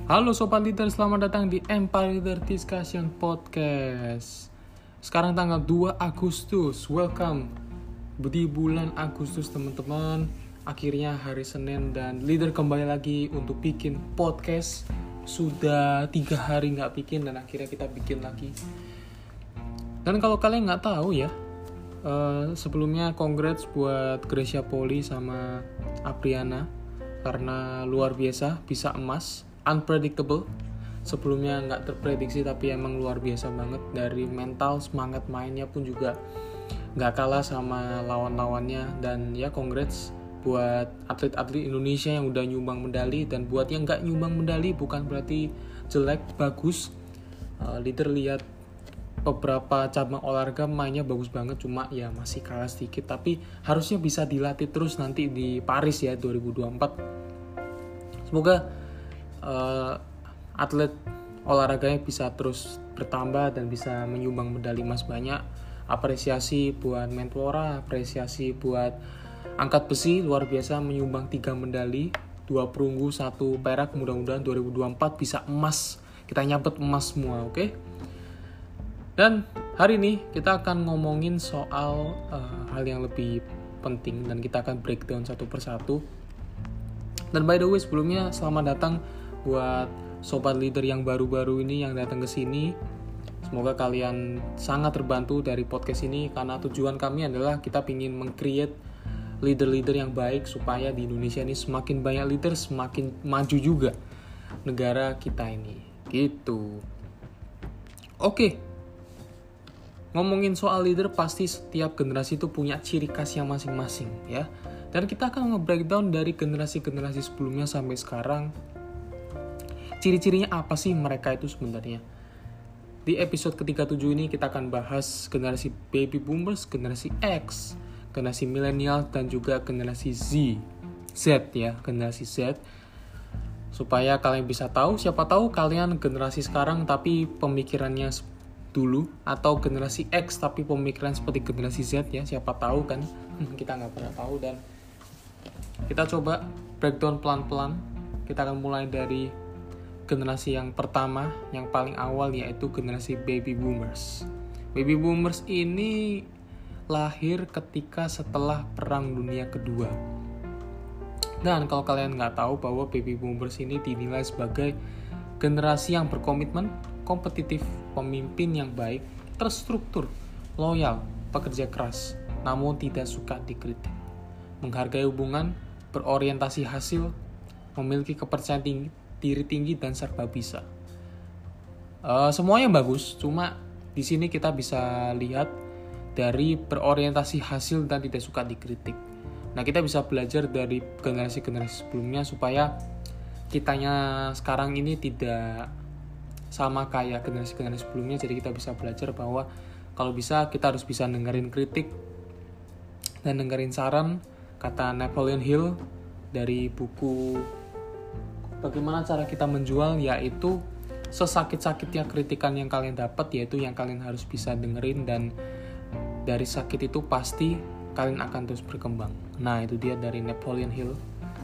Halo Sobat Leader, selamat datang di Empire Leader Discussion Podcast. Sekarang tanggal 2 Agustus, welcome di bulan Agustus teman-teman. Akhirnya hari Senin dan Leader kembali lagi untuk bikin podcast. Sudah 3 hari gak bikin dan akhirnya kita bikin lagi. Dan kalau kalian gak tahu ya, sebelumnya congrats buat Gracia Poli sama Apriana karena luar biasa bisa emas, unpredictable. Sebelumnya nggak terprediksi tapi emang luar biasa banget. Dari mental, semangat mainnya pun juga nggak kalah sama lawan-lawannya. Dan ya congrats buat atlet-atlet Indonesia yang udah nyumbang medali. Dan buat yang nggak nyumbang medali bukan berarti jelek, bagus. Leader lihat beberapa cabang olahraga mainnya bagus banget, cuma ya masih kalah sedikit, tapi harusnya bisa dilatih terus nanti di Paris ya 2024. Semoga atlet olahraganya bisa terus bertambah dan bisa menyumbang medali emas banyak. Apresiasi buat Menpora, apresiasi buat angkat besi, luar biasa menyumbang 3 medali, 2 perunggu, 1 perak. Mudah-mudahan 2024 bisa emas, kita nyabet emas semua, oke? Dan hari ini kita akan ngomongin soal hal yang lebih penting dan kita akan breakdown satu persatu. Dan by the way sebelumnya selamat datang buat Sobat Leader yang baru-baru ini yang datang ke sini. Semoga kalian sangat terbantu dari podcast ini karena tujuan kami adalah kita ingin meng-create leader-leader yang baik supaya di Indonesia ini semakin banyak leader, semakin maju juga negara kita ini. Gitu. Oke. Ngomongin soal leader, pasti setiap generasi itu punya ciri khasnya masing-masing ya. Dan kita akan nge-breakdown dari generasi-generasi sebelumnya sampai sekarang. Ciri-cirinya apa sih mereka itu sebenarnya? Di episode ke-37 ini kita akan bahas generasi baby boomers, generasi X, generasi milenial dan juga generasi Z ya, generasi Z. Supaya kalian bisa tahu, siapa tahu kalian generasi sekarang tapi pemikirannya dulu, atau generasi X tapi pemikiran seperti generasi Z ya, siapa tahu kan. Kita nggak pernah tahu. Dan kita coba breakdown pelan-pelan. Kita akan mulai dari generasi yang pertama, yang paling awal, yaitu generasi baby boomers. Baby boomers ini lahir ketika setelah Perang Dunia Kedua. Dan kalau kalian nggak tahu bahwa baby boomers ini dinilai sebagai generasi yang berkomitmen, kompetitif, pemimpin yang baik, terstruktur, loyal, pekerja keras, namun tidak suka dikritik, menghargai hubungan, berorientasi hasil, memiliki kepercayaan diri tinggi dan serba bisa. Semuanya bagus, cuma di sini kita bisa lihat dari berorientasi hasil dan tidak suka dikritik. Nah, kita bisa belajar dari generasi-generasi sebelumnya supaya kitanya sekarang ini tidak sama kayak generasi-generasi sebelumnya. Jadi kita bisa belajar bahwa kalau bisa kita harus bisa dengerin kritik dan dengerin saran. Kata Napoleon Hill dari buku Bagaimana Cara Kita Menjual, yaitu sesakit-sakitnya kritikan yang kalian dapat, yaitu yang kalian harus bisa dengerin, dan dari sakit itu pasti kalian akan terus berkembang. Nah, itu dia dari Napoleon Hill.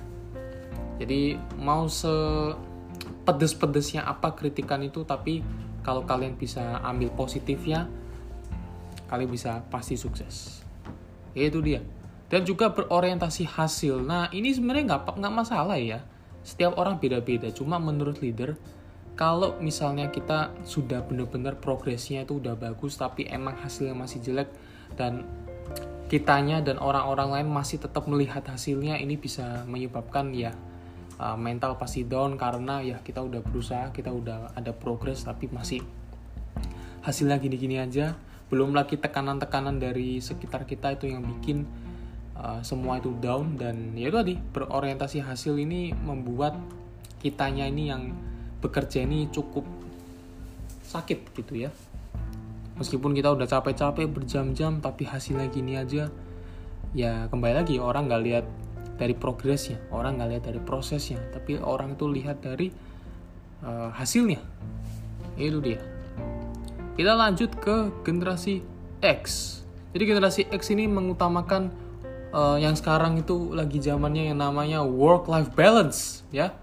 Jadi mau pedes-pedesnya apa kritikan itu, tapi kalau kalian bisa ambil positifnya, kalian bisa pasti sukses. Itu dia. Dan juga berorientasi hasil. Nah, ini sebenarnya nggak masalah ya. Setiap orang beda-beda. Cuma menurut leader, kalau misalnya kita sudah benar-benar progresnya itu udah bagus, tapi emang hasilnya masih jelek dan kitanya dan orang-orang lain masih tetap melihat hasilnya, ini bisa menyebabkan ya mental pasti down karena ya kita udah berusaha, kita udah ada progres tapi masih hasilnya gini-gini aja. Belum lagi tekanan-tekanan dari sekitar kita itu yang bikin semua itu down. Dan ya itu tadi, berorientasi hasil ini membuat kitanya ini yang bekerja ini cukup sakit gitu ya. Meskipun kita udah capek-capek berjam-jam tapi hasilnya gini aja, ya kembali lagi orang gak lihat dari progresnya, orang nggak lihat dari prosesnya, tapi orang itu lihat dari hasilnya. Itu dia. Kita lanjut ke generasi X. Jadi generasi X ini mengutamakan yang sekarang itu lagi zamannya yang namanya work-life balance ya.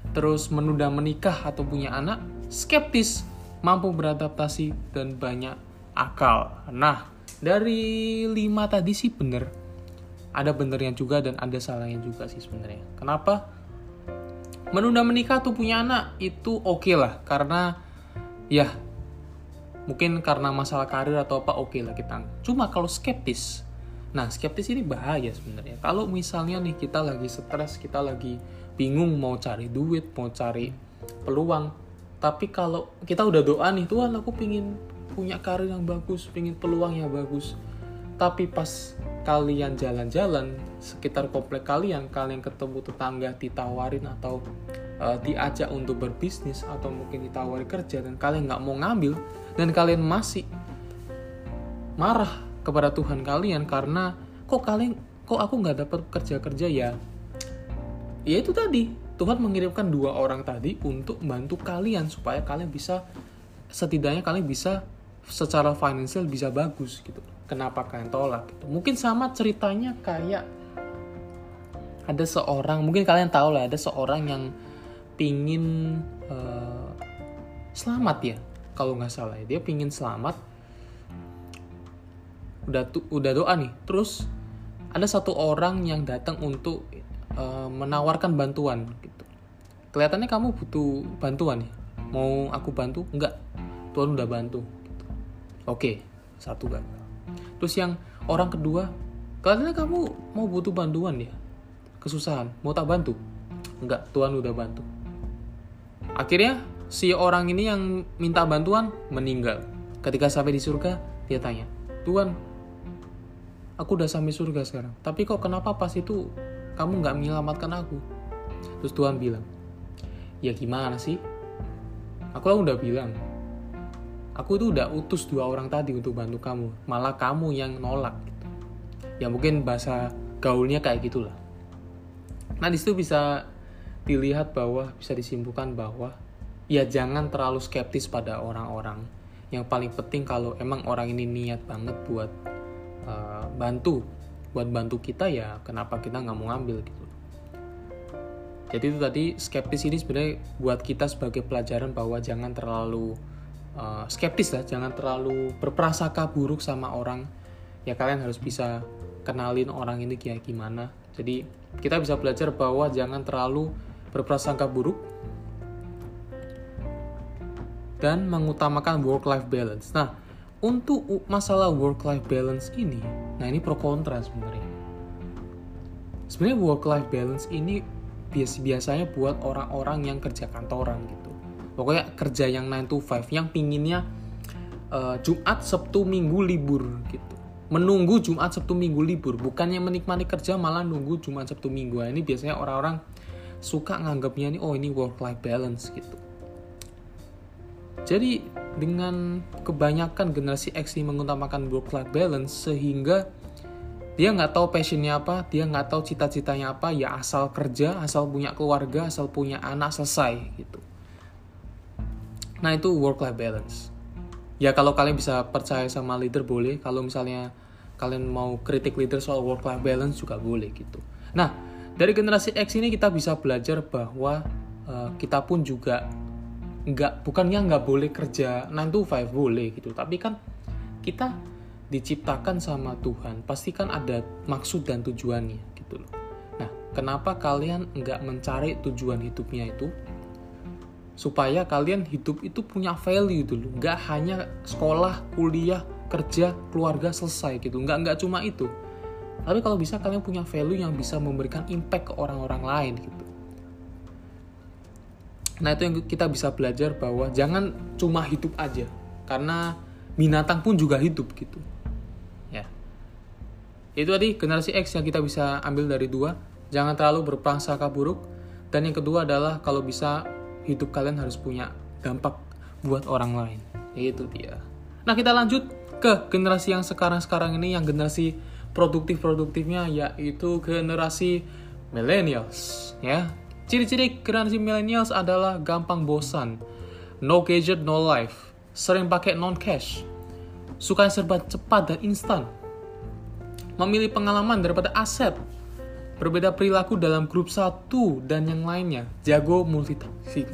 terus menunda menikah atau punya anak, skeptis, mampu beradaptasi, dan banyak akal. Nah, dari 5 tadi sih bener. Ada benernya juga dan ada salahnya juga sih sebenarnya. Kenapa? Menunda menikah atau punya anak itu oke lah. Karena ya mungkin karena masalah karir atau apa oke lah kita. Cuma kalau skeptis, nah skeptis ini bahaya sebenarnya. Kalau misalnya nih kita lagi stres, kita lagi bingung mau cari duit, mau cari peluang. Tapi kalau kita udah doa nih, Tuhan aku pingin punya karir yang bagus, pingin peluang yang bagus. Tapi pas kalian jalan-jalan sekitar komplek kalian ketemu tetangga ditawarin atau diajak untuk berbisnis atau mungkin ditawari kerja dan kalian nggak mau ngambil dan kalian masih marah kepada Tuhan kalian karena kok aku nggak dapat kerja ya itu tadi Tuhan mengirimkan 2 orang tadi untuk membantu kalian supaya kalian bisa setidaknya kalian bisa secara finansial bisa bagus gitu. Kenapa kalian tolak gitu? Mungkin sama ceritanya kayak ada seorang, mungkin kalian tahu lah, ada seorang yang pingin selamat ya, kalau nggak salah ya. Dia pingin selamat, udah doa nih. Terus ada satu orang yang datang untuk menawarkan bantuan gitu. Kelihatannya kamu butuh bantuan ya. Mau aku bantu? Enggak, Tuhan udah bantu. Gitu. Oke, satu gagal. Terus yang orang kedua, kelihatannya kamu mau butuh bantuan ya, kesusahan, mau tak bantu? Enggak, Tuhan udah bantu. Akhirnya si orang ini yang minta bantuan meninggal. Ketika sampai di surga, dia tanya, Tuhan, aku udah sampai surga sekarang, tapi kok kenapa pas itu kamu nggak menyelamatkan aku? Terus Tuhan bilang, ya gimana sih? Aku udah bilang, aku tuh udah utus 2 orang tadi untuk bantu kamu, malah kamu yang nolak gitu. Ya mungkin bahasa gaulnya kayak gitulah. Nah disitu bisa dilihat bahwa, bisa disimpulkan bahwa ya jangan terlalu skeptis pada orang-orang. Yang paling penting kalau emang orang ini niat banget buat bantu kita, ya kenapa kita nggak mau ngambil gitu. Jadi itu tadi, skeptis ini sebenarnya buat kita sebagai pelajaran bahwa jangan terlalu skeptis lah, jangan terlalu berprasangka buruk sama orang. Ya kalian harus bisa kenalin orang ini kayak gimana. Jadi kita bisa belajar bahwa jangan terlalu berprasangka buruk dan mengutamakan work-life balance. Nah, untuk masalah work-life balance ini, nah ini pro kontra sebenarnya. Sebenarnya work-life balance ini biasanya buat orang-orang yang kerja kantoran gitu. Pokoknya kerja yang 9 to 5, yang pinginnya Jumat, Sabtu, Minggu libur gitu. Menunggu Jumat, Sabtu, Minggu libur. Bukannya menikmati kerja, malah nunggu Jumat, Sabtu, Minggu. Nah, ini biasanya orang-orang suka nganggapnya nih, oh ini work-life balance gitu. Jadi dengan kebanyakan generasi X ini mengutamakan work-life balance, sehingga dia nggak tahu passionnya apa, dia nggak tahu cita-citanya apa, ya asal kerja, asal punya keluarga, asal punya anak, selesai gitu. Nah itu work-life balance. Ya kalau kalian bisa percaya sama leader boleh, kalau misalnya kalian mau kritik leader soal work-life balance juga boleh gitu. Nah dari generasi X ini kita bisa belajar bahwa kita pun juga bukannya nggak boleh kerja 9 to 5, boleh gitu. Tapi kan kita diciptakan sama Tuhan, pasti kan ada maksud dan tujuannya gitu loh. Nah kenapa kalian nggak mencari tujuan hidupnya itu? Supaya kalian hidup itu punya value dulu, nggak hanya sekolah, kuliah, kerja, keluarga, selesai gitu, nggak cuma itu. Tapi kalau bisa kalian punya value yang bisa memberikan impact ke orang-orang lain gitu. Nah itu yang kita bisa belajar bahwa jangan cuma hidup aja, karena binatang pun juga hidup gitu. Ya, itu tadi generasi X yang kita bisa ambil dari 2, jangan terlalu berprasangka buruk, dan yang kedua adalah kalau bisa hidup kalian harus punya dampak buat orang lain. Itu dia. Nah kita lanjut ke generasi yang sekarang ini, yang generasi produktifnya, yaitu generasi millennials. Ya, ciri-ciri generasi millennials adalah gampang bosan, no gadget, no life, sering pakai non-cash, suka serba cepat dan instan, memilih pengalaman daripada aset, berbeda perilaku dalam grup satu dan yang lainnya, jago multitasking.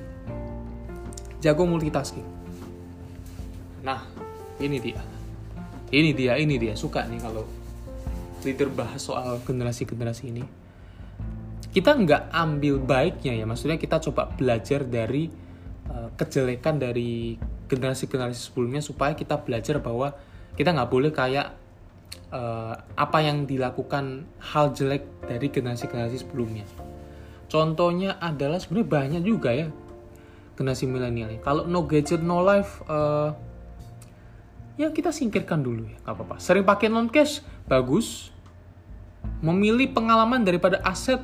Nah, ini dia. Suka nih kalau leader bahas soal generasi-generasi ini. Kita nggak ambil baiknya ya, maksudnya kita coba belajar dari kejelekan dari generasi-generasi sebelumnya supaya kita belajar bahwa kita nggak boleh kayak apa yang dilakukan hal jelek dari generasi-generasi sebelumnya. Contohnya adalah sebenarnya banyak juga ya generasi milenial. Kalau no gadget no life, ya kita singkirkan dulu ya, nggak apa-apa. Sering pakai non cash bagus. Memilih pengalaman daripada aset.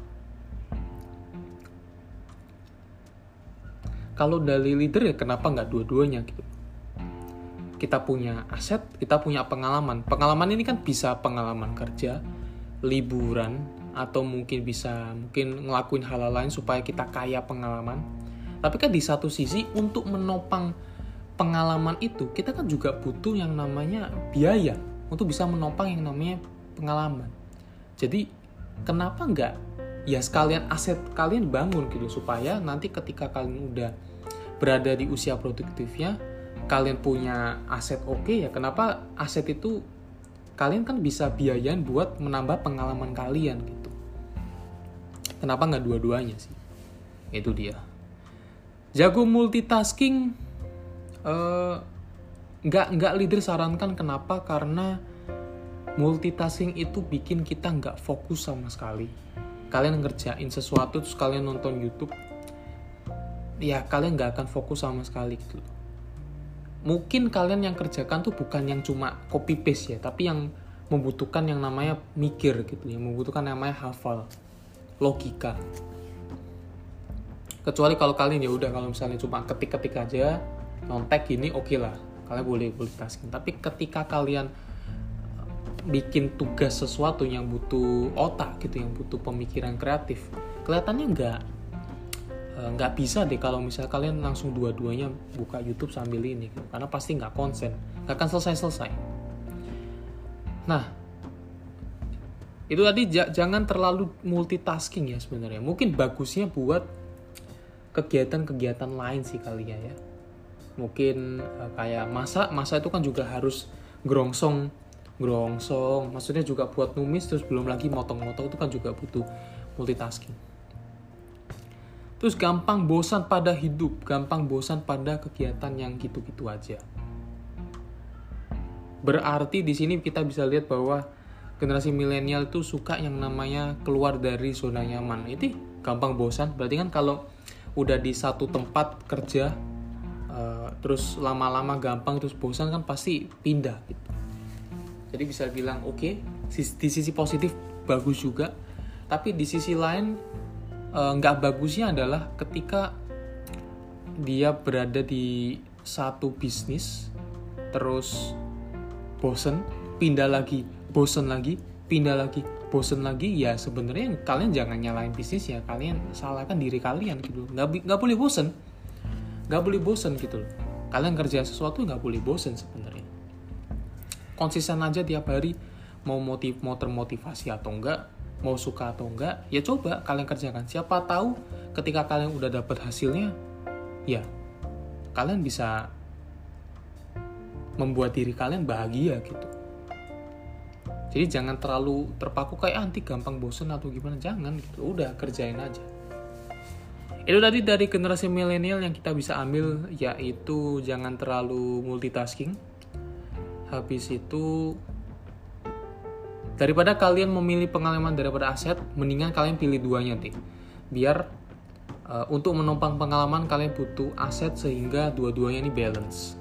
Kalau dari leader ya kenapa nggak dua-duanya gitu. Kita punya aset, kita punya pengalaman. Pengalaman ini kan bisa pengalaman kerja, liburan, atau mungkin ngelakuin hal lain supaya kita kaya pengalaman. Tapi kan di satu sisi untuk menopang pengalaman itu, kita kan juga butuh yang namanya biaya untuk bisa menopang yang namanya pengalaman. Jadi kenapa nggak ya sekalian aset kalian bangun gitu supaya nanti ketika kalian udah berada di usia produktifnya, kalian punya aset oke ya, kenapa aset itu kalian kan bisa biayain buat menambah pengalaman kalian gitu. Kenapa nggak dua-duanya sih? Itu dia. Jago multitasking, nggak leader sarankan. Kenapa? Karena multitasking itu bikin kita nggak fokus sama sekali. Kalian ngerjain sesuatu terus kalian nonton YouTube, ya kalian nggak akan fokus sama sekali gitu. Mungkin kalian yang kerjakan tuh bukan yang cuma copy paste ya, tapi yang membutuhkan yang namanya mikir gitu, yang membutuhkan yang namanya hafal, logika. Kecuali kalau kalian ya udah, kalau misalnya cuma ketik-ketik aja, nontek gini oke lah, kalian boleh multitasking. Tapi ketika kalian bikin tugas sesuatu yang butuh otak gitu, yang butuh pemikiran kreatif, kelihatannya nggak bisa deh kalau misalnya kalian langsung dua-duanya buka YouTube sambil ini gitu. Karena pasti nggak konsen, nggak akan selesai. Nah, itu tadi jangan terlalu multitasking ya sebenarnya. Mungkin bagusnya buat kegiatan-kegiatan lain sih kali ya. Mungkin kayak masa itu kan juga harus gerongsong, maksudnya juga buat numis, terus belum lagi motong-motong, itu kan juga butuh multitasking. Terus gampang bosan pada hidup, gampang bosan pada kegiatan yang gitu-gitu aja. Berarti di sini kita bisa lihat bahwa generasi milenial itu suka yang namanya keluar dari zona nyaman. Itu gampang bosan, berarti kan kalau udah di satu tempat kerja, terus lama-lama gampang terus bosan kan pasti pindah gitu. Jadi bisa bilang oke, di sisi positif bagus juga, tapi di sisi lain nggak bagusnya adalah ketika dia berada di satu bisnis terus bosen, pindah lagi, bosen lagi, pindah lagi, bosen lagi. Ya sebenarnya kalian jangan nyalain bisnis ya, kalian salahkan diri kalian gitu. Nggak boleh bosen gitu loh. Kalian kerja sesuatu nggak boleh bosen sebenarnya. Konsisten aja tiap hari, mau termotivasi atau enggak, mau suka atau enggak, ya coba kalian kerjakan. Siapa tahu ketika kalian udah dapat hasilnya, ya kalian bisa membuat diri kalian bahagia gitu. Jadi jangan terlalu terpaku kayak anti gampang bosen atau gimana, jangan gitu. Udah kerjain aja. Itu tadi dari generasi milenial yang kita bisa ambil, yaitu jangan terlalu multitasking. Habis itu, daripada kalian memilih pengalaman daripada aset, mendingan kalian pilih duanya deh. Biar untuk menopang pengalaman kalian butuh aset sehingga dua-duanya ini balance.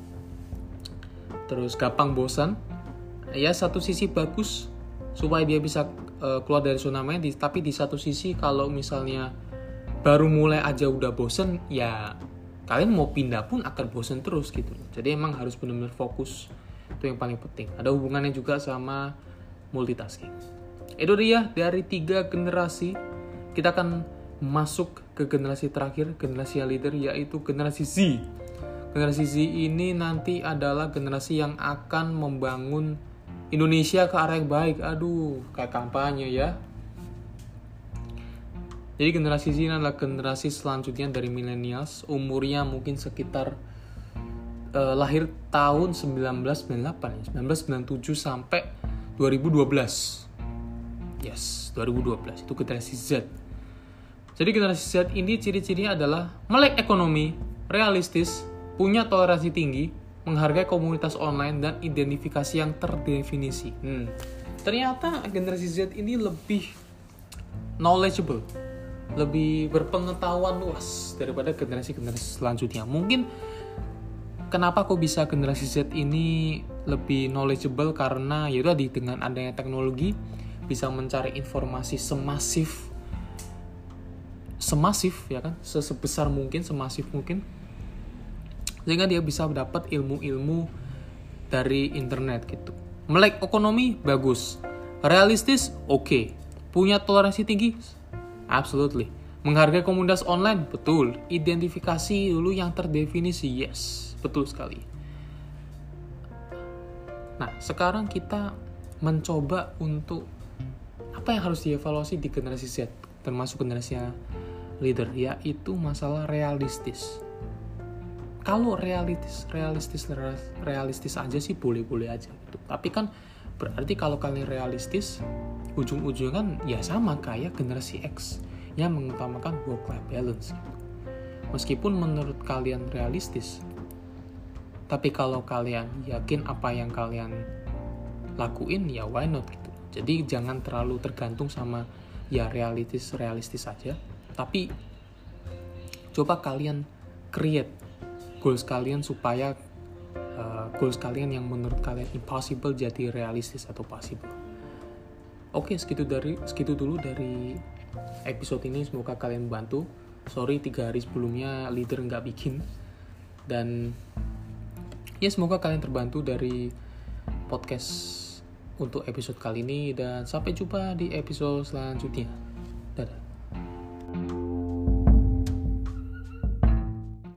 Terus gampang bosan, ya satu sisi bagus supaya dia bisa keluar dari zona nyaman, tapi di satu sisi kalau misalnya baru mulai aja udah bosan, ya kalian mau pindah pun akan bosan terus gitu. Jadi emang harus benar-benar fokus, itu yang paling penting. Ada hubungannya juga sama multitasking. Itu dia dari 3 generasi. Kita akan masuk ke generasi terakhir, generasi leader, yaitu generasi Z. Generasi Z ini nanti adalah generasi yang akan membangun Indonesia ke arah yang baik. Aduh, kayak kampanye ya. Jadi generasi Z ini adalah generasi selanjutnya dari millennials, umurnya mungkin sekitar lahir tahun 1997 sampai 2012. Yes, 2012 itu generasi Z. Jadi generasi Z ini ciri-cirinya adalah melek ekonomi, realistis, punya toleransi tinggi, menghargai komunitas online, dan identifikasi yang terdefinisi. Ternyata generasi Z ini lebih knowledgeable, lebih berpengetahuan luas daripada generasi-generasi selanjutnya. Mungkin kenapa kok bisa generasi Z ini lebih knowledgeable, karena yaitu tadi dengan adanya teknologi bisa mencari informasi semasif ya kan, sebesar mungkin, semasif mungkin, sehingga dia bisa mendapat ilmu-ilmu dari internet gitu. Melek ekonomi bagus, realistis oke, punya toleransi tinggi absolutely, menghargai komunitas online betul, identifikasi dulu yang terdefinisi yes, betul sekali. Nah, sekarang kita mencoba untuk apa yang harus dievaluasi di generasi Z, termasuk generasi leader, yaitu masalah realistis. Kalau realistis aja sih boleh-boleh aja gitu. Tapi kan berarti kalau kalian realistis, ujung-ujungnya kan ya sama kayak generasi X yang mengutamakan work-life balance gitu. Meskipun menurut kalian realistis, tapi kalau kalian yakin apa yang kalian lakuin, ya why not gitu. Jadi jangan terlalu tergantung sama ya realistis saja, tapi coba kalian create goals kalian supaya goals kalian yang menurut kalian impossible jadi realistis atau possible. Oke, segitu dulu dari episode ini, semoga kalian bantu. Sorry 3 hari sebelumnya leader nggak bikin, dan ya semoga kalian terbantu dari podcast untuk episode kali ini, dan sampai jumpa di episode selanjutnya. Dadah.